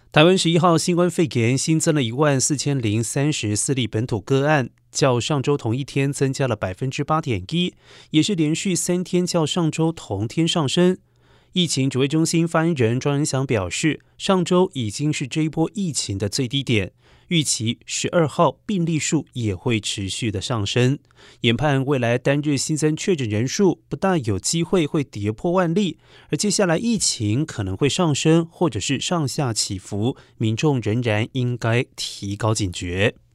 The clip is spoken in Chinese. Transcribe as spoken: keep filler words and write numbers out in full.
台湾十一号新冠肺炎新增了一万四千零三十四例本土个案，较上周同一天增加了百分之八点一，也是连续三天较上周同天上升。疫情指挥中心发言人庄仁祥表示，上周已经是这一波疫情的最低点，预期十二号病例数也会持续的上升，研判未来单日新增确诊人数不大有机会会跌破万例，而接下来疫情可能会上升或者是上下起伏，民众仍然应该提高警觉。